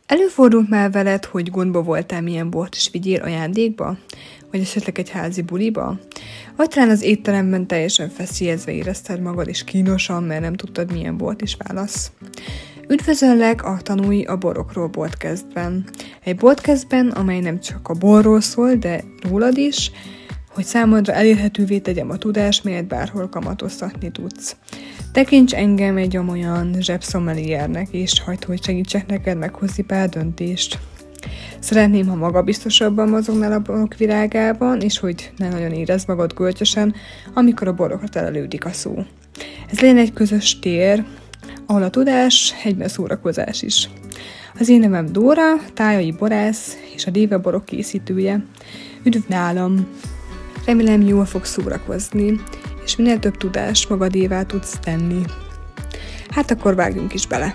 Előfordult már veled, hogy gondba voltál, milyen bort is vigyél ajándékba? Vagy esetleg egy házi buliba? Vagy talán az étteremben teljesen feszélyezve érezted magad, és kínosan, mert nem tudtad, milyen bort is válasz. Üdvözöllek a Tanulj a borokról podcastben. Egy podcastben, amely nem csak a borról szól, de rólad is, hogy számodra elérhetővé tegyem a tudást, melyet bárhol kamatoztatni tudsz. Tekints engem egy olyan zsebszommeliernek, és hagyd, hogy segítsek neked meghozni pár döntést. Szeretném, ha magabiztosabban mozognál a borok virágában, és hogy ne nagyon érezd magad gölcsösen, amikor a borokra terelődik a szó. Ez legyen egy közös tér, ahol a tudás egyben szórakozás is. Az én nevem Dóra, tájai borász és a Déve borok készítője. Üdv nálam! Remélem, jól fogsz szórakozni, és minél több tudást magadévá tudsz tenni. Hát akkor vágjunk is bele!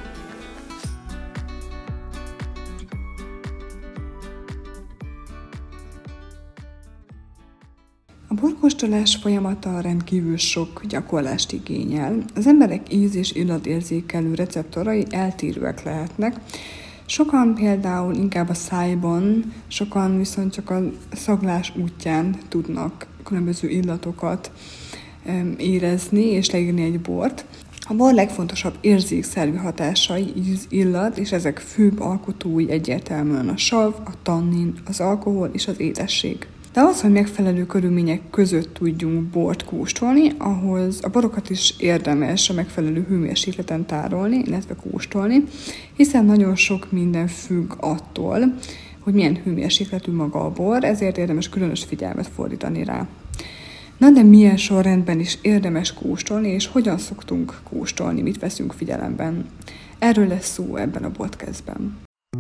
A borkóstolás folyamata rendkívül sok gyakorlást igényel. Az emberek íz- és illatérzékelő receptorai eltérőek lehetnek. Sokan például inkább a szájban, sokan viszont csak a szaglás útján tudnak különböző illatokat érezni és leírni egy bort. A bor legfontosabb érzékszervi hatásai, íz, illat, és ezek főbb alkotói egyértelműen a sav, a tannin, az alkohol és az édesség. De ahhoz, hogy megfelelő körülmények között tudjunk bort kóstolni, ahhoz a borokat is érdemes a megfelelő hőmérsékleten tárolni, illetve kóstolni, hiszen nagyon sok minden függ attól, hogy milyen hőmérsékletű maga a bor, ezért érdemes különös figyelmet fordítani rá. Na de milyen sorrendben is érdemes kóstolni, és hogyan szoktunk kóstolni, mit veszünk figyelemben? Erről lesz szó ebben a podcastben.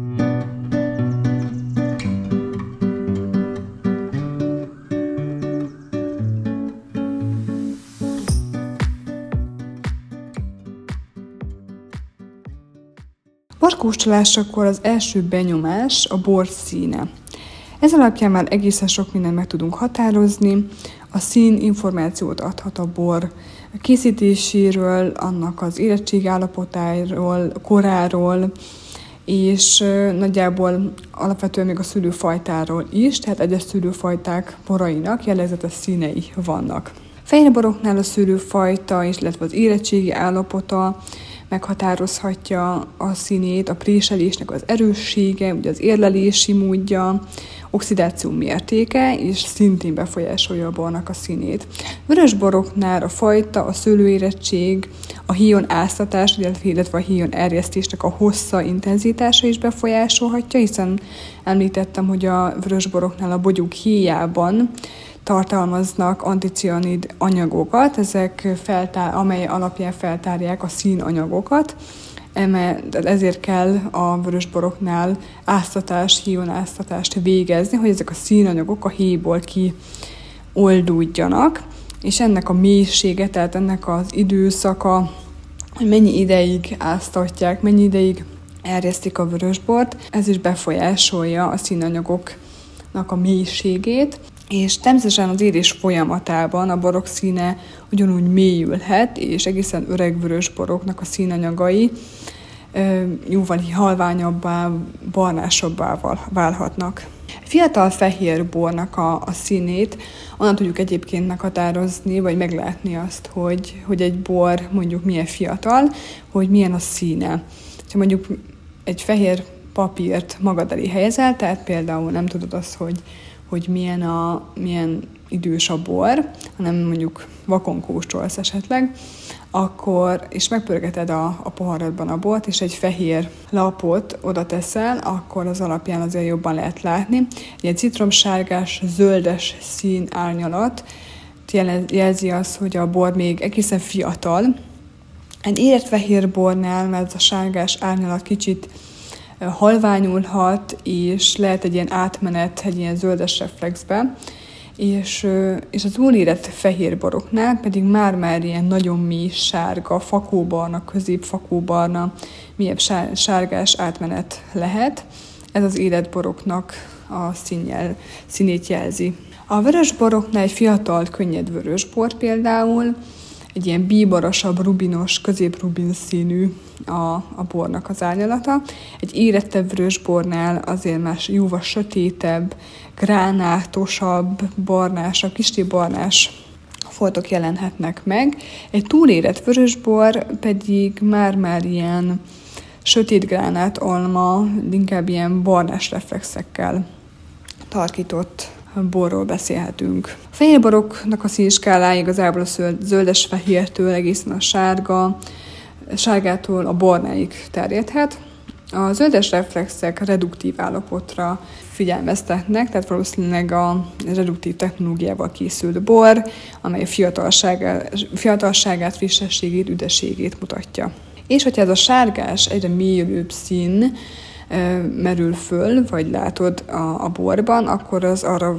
Borkóstolásakor az első benyomás a bor színe. Ez alapján már egészen sok mindent meg tudunk határozni. A szín információt adhat a bor készítéséről, annak az érettségi állapotáról, koráról, és nagyjából alapvetően még a szőlőfajtáról is, tehát egyes szőlőfajták borainak jellegzetes színei vannak. Fehér boroknál a szőlőfajta, illetve az érettségi állapota meghatározhatja a színét, a préselésnek az erőssége, ugye az érlelési módja, oxidáció mértéke, és szintén befolyásolja a bornak a színét. Vörös boroknál a fajta, a szőlőérettség, a híjon áztatás, illetve a híjon erjesztésnek a hossza, intenzitása is befolyásolhatja, hiszen említettem, hogy a vörös boroknál a bogyók híjában tartalmaznak anticianid anyagokat, amely alapján feltárják a színanyagokat, ezért kell a vörösboroknál híjon áztatást végezni, hogy ezek a színanyagok a héjból kioldódjanak, és ennek a mélysége, tehát ennek az időszaka, hogy mennyi ideig áztatják, mennyi ideig erjesztik a vörösbort, ez is befolyásolja a színanyagoknak a mélységét, és természetesen az érés folyamatában a borok színe ugyanúgy mélyülhet, és egészen öreg vörös boroknak a színanyagai jóval halványabbá, barnásabbá válhatnak. Fiatal fehér bornak a színét onnan tudjuk egyébként meghatározni, vagy meglátni azt, hogy egy bor mondjuk milyen fiatal, hogy milyen a színe. Ha mondjuk egy fehér papírt magad elé helyezel, tehát például nem tudod azt, hogy milyen idős a bor, hanem mondjuk vakon kóstolsz esetleg, és megpörgeted a poharadban a bort, és egy fehér lapot oda teszel, akkor az alapján azért jobban lehet látni. Egy ilyen citromsárgás, zöldes szín árnyalat jelzi azt, hogy a bor még egészen fiatal. Egy érett fehér bornál, mert ez a sárgás árnyalat kicsit halványulhat, és lehet egy ilyen átmenet, egy ilyen zöldes reflexbe, és az úrérett fehér boroknál pedig már ilyen nagyon mély sárga, fakóbarna, középfakóbarna, mélyebb sárgás átmenet lehet. Ez az érett boroknak a színét jelzi. A vörös boroknál egy fiatal, könnyed vörös bor például egy ilyen bíborosabb, rubinos, középrubin színű a bornak az árnyalata. Egy érettebb vörösbornál azért már jóval sötétebb, gránátosabb, barnásabb, kicsit barnás foltok jelenhetnek meg. Egy túlérett vörösbor pedig már ilyen sötét gránát alma, inkább ilyen barnás reflexekkel tarkított borról beszélhetünk. A fehérboroknak a színskálája igazából a zöldes-fehértől egészen a sárgától a barnáig terjedhet. A zöldes reflexek reduktív állapotra figyelmeztetnek, tehát valószínűleg a reduktív technológiával készült bor, amely fiatalságát, frissességét, üdességét mutatja. És hogyha ez a sárgás, egyre mélyülőbb szín merül föl, vagy látod a borban, akkor az arra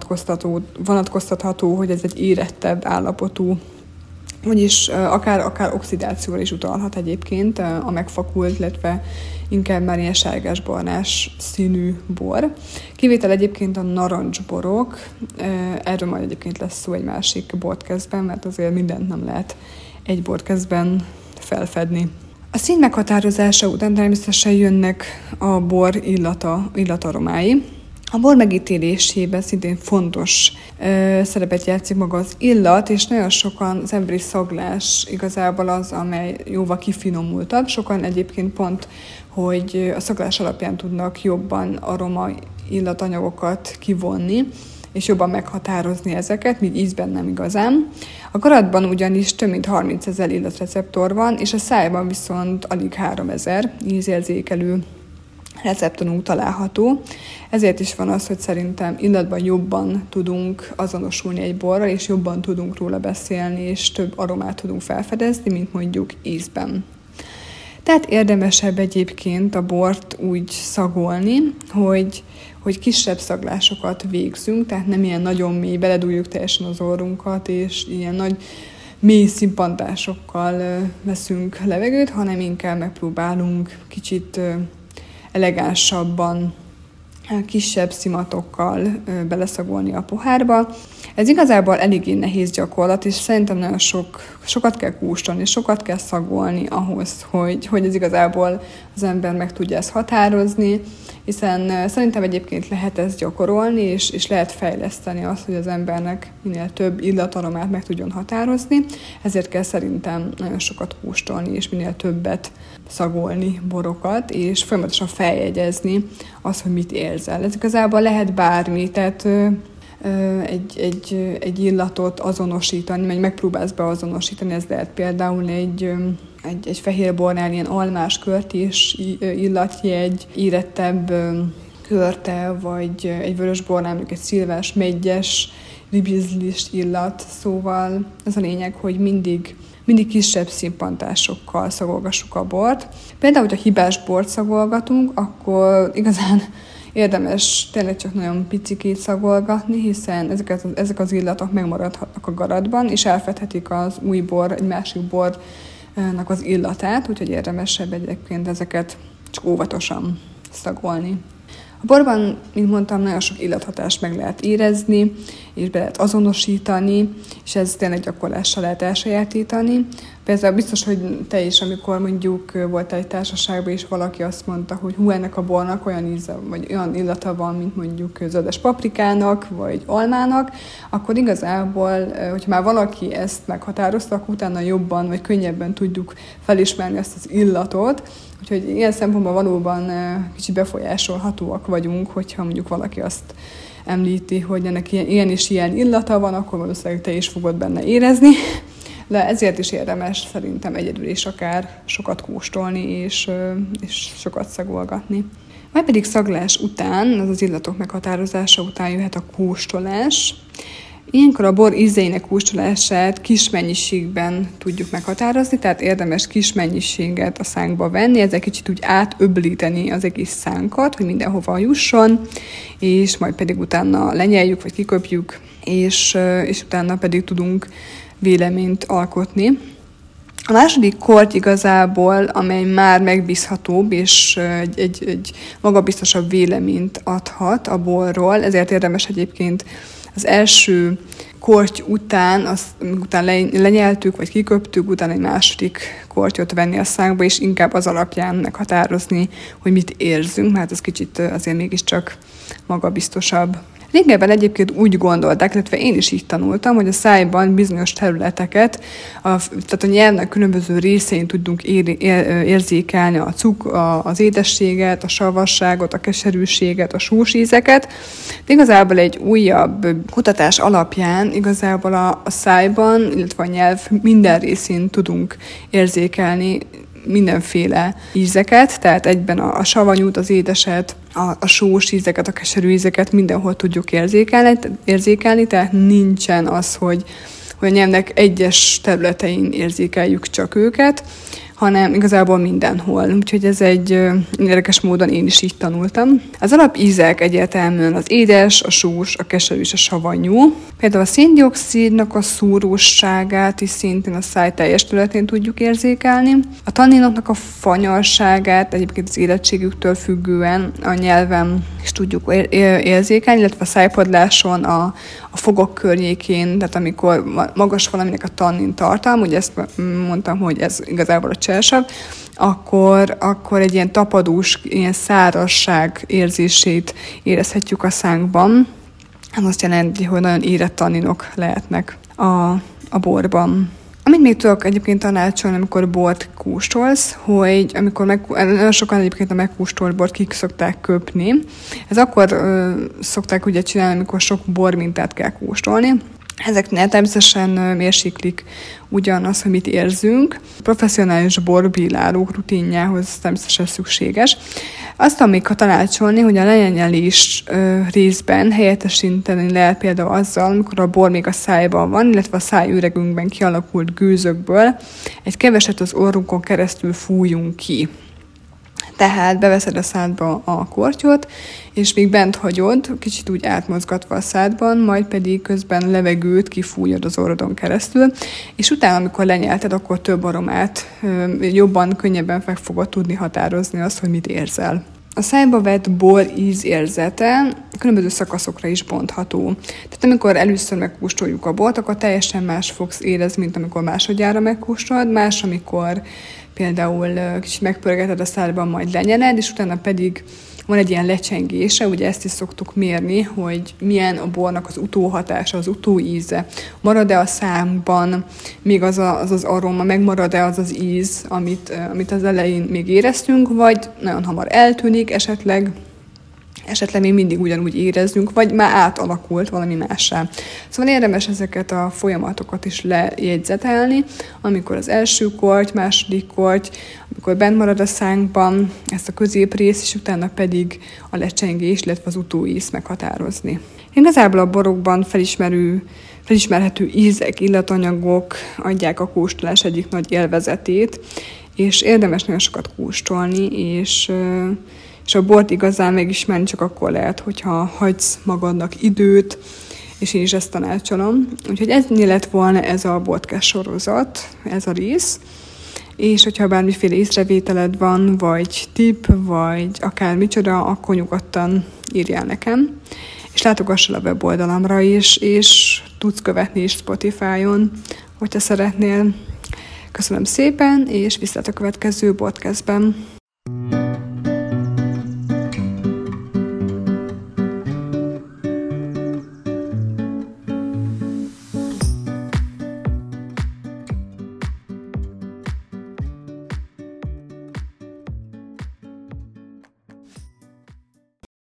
vonatkoztatható, hogy ez egy érettebb állapotú, vagyis akár oxidációra is utalhat egyébként a megfakult, illetve inkább már ilyen sárgás-barnás színű bor. Kivétel egyébként a narancsborok, erről majd egyébként lesz szó egy másik podcastben, mert azért mindent nem lehet egy podcastben felfedni. A szín meghatározása után természetesen jönnek a bor illataromái. A bor megítélésében szintén fontos szerepet játszik maga az illat, és nagyon sokan az emberi szaglás igazából az, amely jóval kifinomultabb. Sokan egyébként pont, hogy a szaglás alapján tudnak jobban aroma illatanyagokat kivonni, és jobban meghatározni ezeket, míg ízben nem igazán. A garatban ugyanis több mint 30 000 illatreceptor van, és a szájban viszont alig 3000 ízérzékelő receptorunk található. Ezért is van az, hogy szerintem illatban jobban tudunk azonosulni egy borral, és jobban tudunk róla beszélni, és több aromát tudunk felfedezni, mint mondjuk ízben. Tehát érdemesebb egyébként a bort úgy szagolni, hogy kisebb szaglásokat végzünk, tehát nem ilyen nagyon mély, beledújjuk teljesen az orrunkat, és ilyen nagy mély szimpantásokkal veszünk levegőt, hanem inkább megpróbálunk kicsit elegánsabban, kisebb szimatokkal beleszagolni a pohárba. Ez igazából eléggé nehéz gyakorlat, és szerintem nagyon sokat kell kóstolni, sokat kell szagolni ahhoz, hogy ez igazából az ember meg tudja ezt határozni, hiszen szerintem egyébként lehet ezt gyakorolni, és lehet fejleszteni azt, hogy az embernek minél több illataromát meg tudjon határozni, ezért kell szerintem nagyon sokat kóstolni, és minél többet szagolni borokat, és folyamatosan feljegyezni azt, hogy mit érzel. Ez igazából lehet bármi, tehát egy illatot azonosítani, vagy megpróbálsz beazonosítani, ez lehet például egy fehér bornál ilyen almás körtés illatjegy, érettebb körte, vagy egy vörös bornál mondjuk egy szilvás, meggyes, ribizlis illat, szóval ez a lényeg, hogy mindig kisebb színpantásokkal szagolgassuk a bort. Például, hogyha hibás bort szagolgatunk, akkor igazán érdemes tényleg csak nagyon picikét szagolgatni, hiszen ezek az illatok megmaradhatnak a garatban, és elfedhetik az új bor, egy másik bornak az illatát, úgyhogy érdemesebb egyébként ezeket csak óvatosan szagolni. A borban, mint mondtam, nagyon sok illathatást meg lehet érezni, és be lehet azonosítani, és ez tényleg gyakorlással lehet elsajátítani. Például biztos, hogy te is, amikor mondjuk voltál egy társaságban, és valaki azt mondta, hogy ennek a bornak olyan íze, vagy olyan illata van, mint mondjuk zöldes paprikának, vagy almának, akkor igazából, hogyha már valaki ezt meghatározta, akkor utána jobban, vagy könnyebben tudjuk felismerni azt az illatot. Úgyhogy ilyen szempontból valóban kicsit befolyásolhatóak vagyunk, hogyha mondjuk valaki azt említi, hogy ennek ilyen és ilyen illata van, akkor valószínűleg te is fogod benne érezni. De ezért is érdemes szerintem egyedül is akár sokat kóstolni és sokat szagolgatni. Majd pedig szaglás után, az az illatok meghatározása után jöhet a kóstolás. Ilyenkor a bor ízeinek kóstolását kis mennyiségben tudjuk meghatározni, tehát érdemes kis mennyiséget a szánkba venni, ezzel kicsit úgy átöblíteni az egész szánkat, hogy mindenhova jusson, és majd pedig utána lenyeljük, vagy kiköpjük, és utána pedig tudunk véleményt alkotni. A második kort igazából, amely már megbízhatóbb, és egy magabiztosabb véleményt adhat a borról, ezért érdemes egyébként Az első korty után, után lenyeltük, vagy kiköptük, utána egy második kortyot venni a szánkba, és inkább az alapján meghatározni, hogy mit érzünk, mert ez kicsit azért mégiscsak magabiztosabb. Régebben egyébként úgy gondolták, illetve én is így tanultam, hogy a szájban bizonyos területeket, tehát a nyelvnek különböző részein tudunk érzékelni az édességet, a savasságot, a keserűséget, a sós ízeket. De igazából egy újabb kutatás alapján igazából a szájban, illetve a nyelv minden részén tudunk érzékelni mindenféle ízeket, tehát egyben a savanyút, az édeset, a sós ízeket, a keserű ízeket mindenhol tudjuk érzékelni, tehát nincsen az, hogy a nyelvnek egyes területein érzékeljük csak őket, hanem igazából mindenhol. Úgyhogy ez egy érdekes módon én is így tanultam. Az alapízek egyértelműen az édes, a sós, a keserű és a savanyú. Például a széndioxidnak a szúróságát is szintén a száj teljes területén tudjuk érzékelni. A tanninoknak a fanyalságát egyébként az érettségüktől függően a nyelven is tudjuk érzékelni, illetve a szájpadláson, a fogok környékén, tehát amikor magas valaminek a tannin tartalma, ugye ezt mondtam, hogy ez igazából a cselsav, akkor egy ilyen tapadós, ilyen szárazság érzését érezhetjük a szánkban. Ez azt jelenti, hogy nagyon érett tanninok lehetnek a borban. Amit még tudok egyébként tanácsolni, amikor bort kóstolsz, hogy nagyon sokan egyébként a megkóstolt bort ki szokták köpni. Ez akkor szokták ugye csinálni, amikor sok bormintát kell kóstolni. Ezeknél természetesen mérséklik ugyanaz, hogy mit érzünk. A professzionális borbírálók rutinjához természetesen szükséges. Azt még tanácsolni, hogy a lenyelés részben helyettesíteni lehet például azzal, amikor a bor még a szájban van, illetve a szájüregünkben kialakult gőzökből egy keveset az orrunkon keresztül fújunk ki. Tehát beveszed a szádba a kortyot, és még bent hagyod, kicsit úgy átmozgatva a szádban, majd pedig közben levegőt kifújod az orrodon keresztül, és utána, amikor lenyelted, akkor több aromát jobban, könnyebben meg fogod tudni határozni azt, hogy mit érzel. A szájba vett bor ízérzete különböző szakaszokra is bontható. Tehát amikor először megkóstoljuk a bort, akkor teljesen más fogsz érezni, mint amikor másodjára megkóstolod, más, amikor például kicsit megpörgeted a szádban, majd lenyeled, és utána pedig van egy ilyen lecsengése, ugye ezt is szoktuk mérni, hogy milyen a bornak az utóhatása, az utóíze. Marad-e a számban még az aroma, megmarad-e az íz, amit az elején még éreztünk, vagy nagyon hamar eltűnik esetleg még mindig ugyanúgy érezzünk, vagy már átalakult valami mássá. Szóval érdemes ezeket a folyamatokat is lejegyzetelni, amikor az első korty, második korty, amikor bent marad a szánkban, ezt a középrész, és utána pedig a lecsengés, illetve az utóíz meghatározni. Igazából a borokban felismerhető ízek, illatanyagok adják a kóstolás egyik nagy élvezetét, és érdemes nagyon sokat kóstolni, és a bort igazán megismerni csak akkor lehet, hogyha hagysz magadnak időt, és én is ezt tanácsolom. Úgyhogy ennyi lett volna ez a podcast sorozat, ez a rész. És hogyha bármiféle észrevételed van, vagy tipp, vagy akár micsoda, akkor nyugodtan írjál nekem. És látogass el a weboldalamra is, és tudsz követni is Spotify-on, hogyha szeretnél. Köszönöm szépen, és viszlát a következő podcastben.